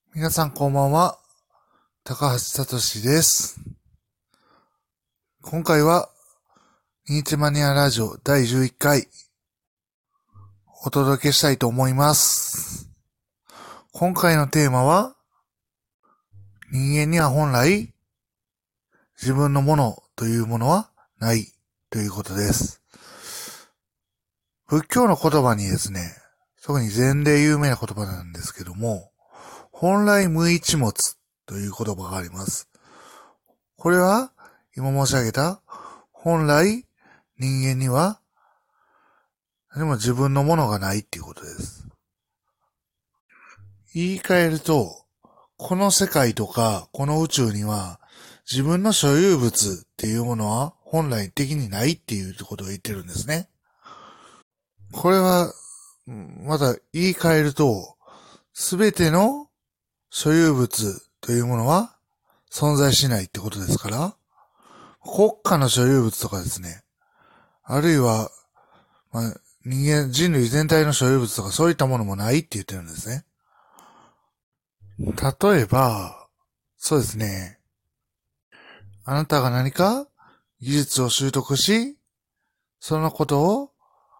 皆さんこんばんは。高橋聡です。今回は、ニーチェマニアラジオ第11回、お届けしたいと思います。今回のテーマは、人間には本来、自分のものというものはないということです。仏教の言葉にですね、特に禅で有名な言葉なんですけども、本来無一物という言葉があります。これは、今申し上げた、本来人間には何も自分のものがないっていうことです。言い換えると、この世界とかこの宇宙には自分の所有物っていうものは本来的にないっていうことを言ってるんですね。これは、また言い換えると、すべての所有物というものは存在しないってことですから、国家の所有物とかですね、あるいは、人類全体の所有物とかそういったものもないって言ってるんですね。例えば、そうですね。あなたが何か技術を習得し、そのことを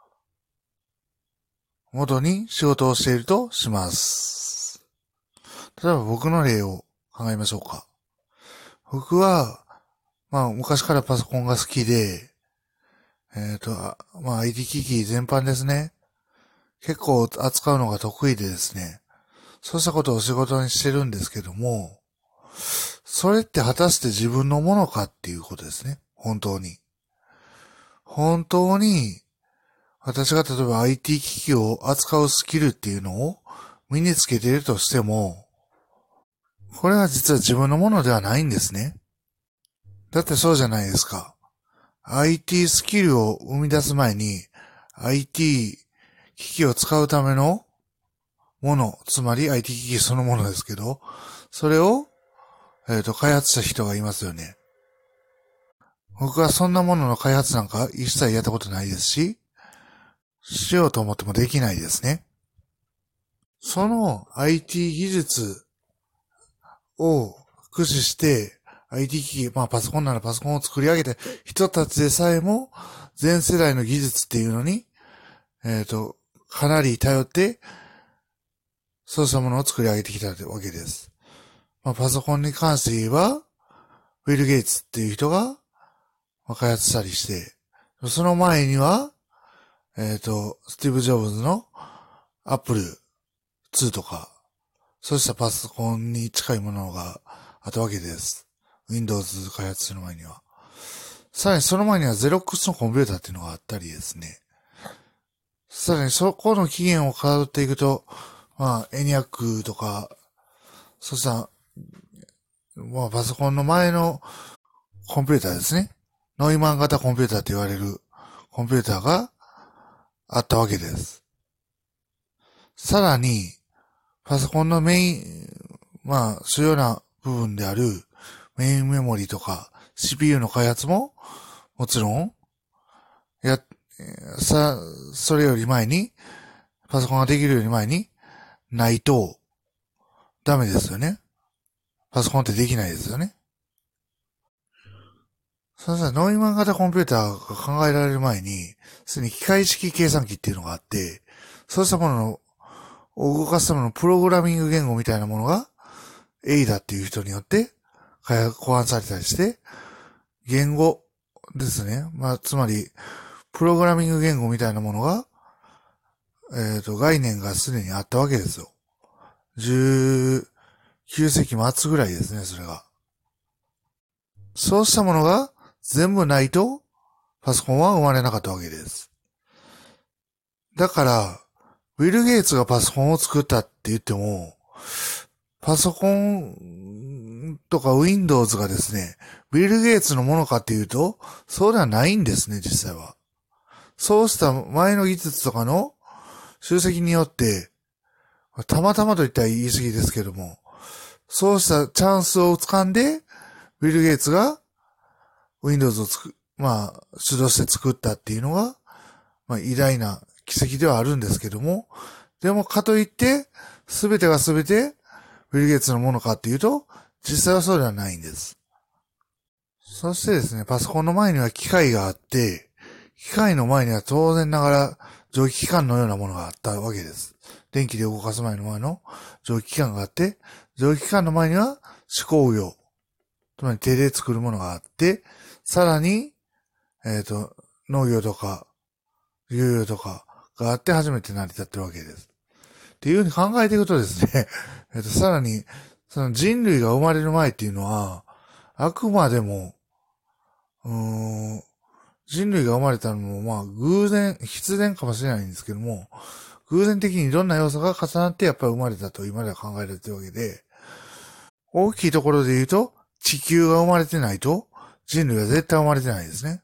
元に仕事をしているとします。例えば僕の例を考えましょうか。僕は、昔からパソコンが好きで、IT 機器全般ですね。結構扱うのが得意でですね。そうしたことを仕事にしてるんですけども、それって果たして自分のものかっていうことですね。本当に。本当に、私が例えば IT 機器を扱うスキルっていうのを身につけているとしても、これは実は自分のものではないんですね。だってそうじゃないですか。IT スキルを生み出す前に IT 機器を使うためのもの、つまり IT 機器そのものですけど、それを、開発した人がいますよね。僕はそんなものの開発なんか一切やったことないですし、しようと思ってもできないですね。その IT 技術を駆使して IT 機器、パソコンならパソコンを作り上げて人たちでさえも全世代の技術っていうのに、かなり頼ってそうしたものを作り上げてきたわけです。パソコンに関して言えば、ウィル・ゲイツっていう人が開発したりして、その前には、スティーブ・ジョブズのアップル2とか、そうしたパソコンに近いものがあったわけです。Windows 開発する前には。さらにその前にはゼロックスのコンピューターっていうのがあったりですね。さらにそこの起源を辿っていくと、エニアックとか、そした、パソコンの前のコンピューターですね。ノイマン型コンピューターって言われるコンピューターがあったわけです。さらに、パソコンのメイン、主要な部分であるメインメモリとか CPU の開発も、もちろん、や、それより前に、パソコンができるより前に、ないと、ダメですよね。パソコンってできないですよね。そしたらノイマン型コンピューターが考えられる前に、すでに機械式計算機っていうのがあって、そうしたものを動かすためのプログラミング言語みたいなものが、エイダっていう人によって考案されたりして、言語ですね。つまり、プログラミング言語みたいなものが、概念がすでにあったわけですよ。19世紀末ぐらいですね、それが。そうしたものが全部ないと、パソコンは生まれなかったわけです。だから、ウィル・ゲイツがパソコンを作ったって言っても、パソコンとか Windows がですね、ウィル・ゲイツのものかっていうと、そうではないんですね、実際は。そうした前の技術とかの集積によって、たまたまと言ったら言い過ぎですけども、そうしたチャンスを掴んで、ウィル・ゲイツが Windows を主導して作ったっていうのが、偉大な奇跡ではあるんですけども、でもかといって、すべてがすべてビル・ゲイツのものかっていうと、実際はそうではないんです。そしてですね、パソコンの前には機械があって、機械の前には当然ながら蒸気機関のようなものがあったわけです。電気で動かす前の蒸気機関があって、蒸気機関の前には手工業、つまり手で作るものがあって、さらに、農業とか、漁業とかがあって初めて成り立ってるわけです。っていうふうに考えていくとですね、さらに、その人類が生まれる前っていうのは、あくまでも、人類が生まれたのも、まあ、偶然、必然かもしれないんですけども、偶然的にいろんな要素が重なってやっぱり生まれたと今では考えられているわけで、大きいところで言うと、地球が生まれてないと、人類は絶対生まれてないですね。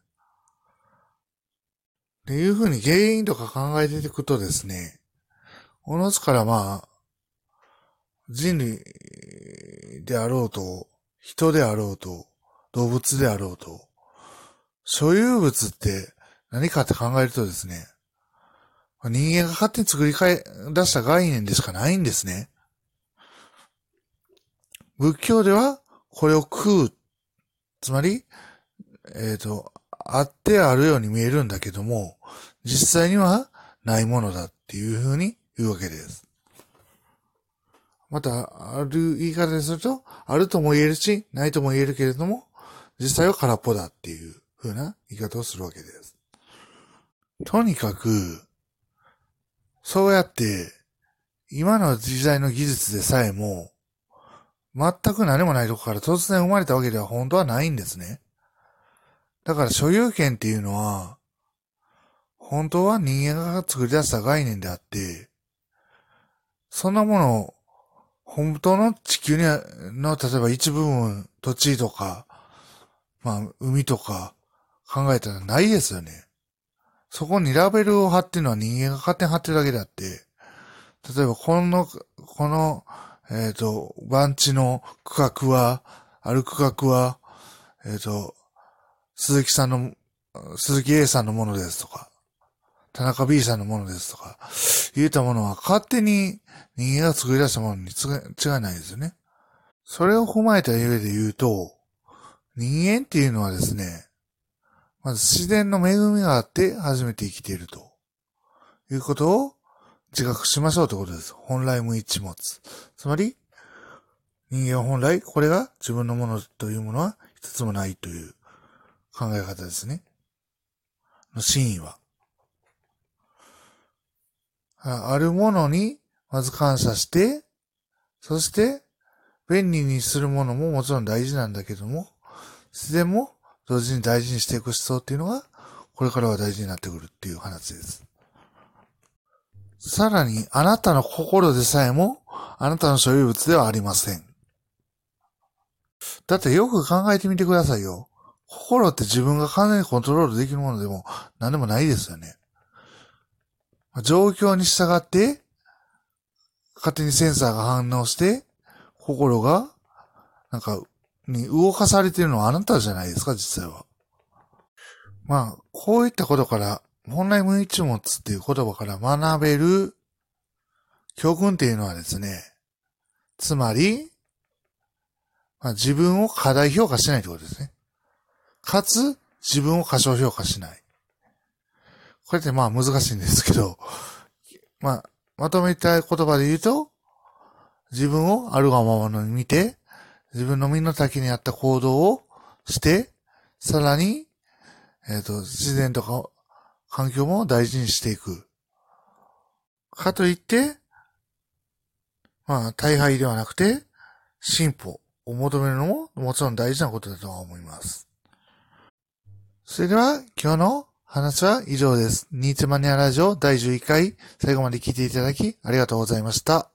っていうふうに原因とか考えていくとですね、おのずからまあ、人類であろうと、人であろうと、動物であろうと、所有物って何かって考えるとですね、人間が勝手に作り出した概念でしかないんですね。仏教ではこれを空、つまり、あってあるように見えるんだけども、実際にはないものだっていうふうに言うわけです。また、ある言い方ですると、あるとも言えるし、ないとも言えるけれども、実際は空っぽだっていうふうな言い方をするわけです。とにかく、そうやって、今の時代の技術でさえも、全く何もないとこから突然生まれたわけでは本当はないんですね。だから所有権っていうのは、本当は人間が作り出した概念であって、そんなものを、本当の地球の、例えば一部分、土地とか、まあ、海とか考えたらないですよね。そこにラベルを貼ってるのは人間が勝手に貼ってるだけであって、例えばこの、番地の区画は、ある区画は、鈴木 A さんのものですとか、田中 B さんのものですとか、言ったものは勝手に人間が作り出したものに違いないですよね。それを踏まえた上で言うと、人間っていうのはですね、まず自然の恵みがあって初めて生きているということを自覚しましょうということです。本来無一物。つまり、人間は本来これが自分のものというものは一つもないという考え方ですね。の真意は。あるものにまず感謝して、そして便利にするものももちろん大事なんだけども、自然も同時に大事にしていく思想っていうのが、これからは大事になってくるっていう話です。さらに、あなたの心でさえも、あなたの所有物ではありません。だってよく考えてみてくださいよ。心って自分が完全にコントロールできるものでも何でもないですよね。状況に従って、勝手にセンサーが反応して、心が、に動かされているのはあなたじゃないですか、実際は。まあ、こういったことから、本来無一物っていう言葉から学べる教訓っていうのはですね、つまり、自分を過大評価しないということですね。かつ、自分を過小評価しない。これって難しいんですけど、まとめたい言葉で言うと、自分をあるがままのに見て、自分の身の丈に合った行動をして、さらに、自然とか環境も大事にしていく。かといって、大敗ではなくて、進歩を求めるのももちろん大事なことだとは思います。それでは今日の話は以上です。ニーツマニアラジオ第11回最後まで聞いていただきありがとうございました。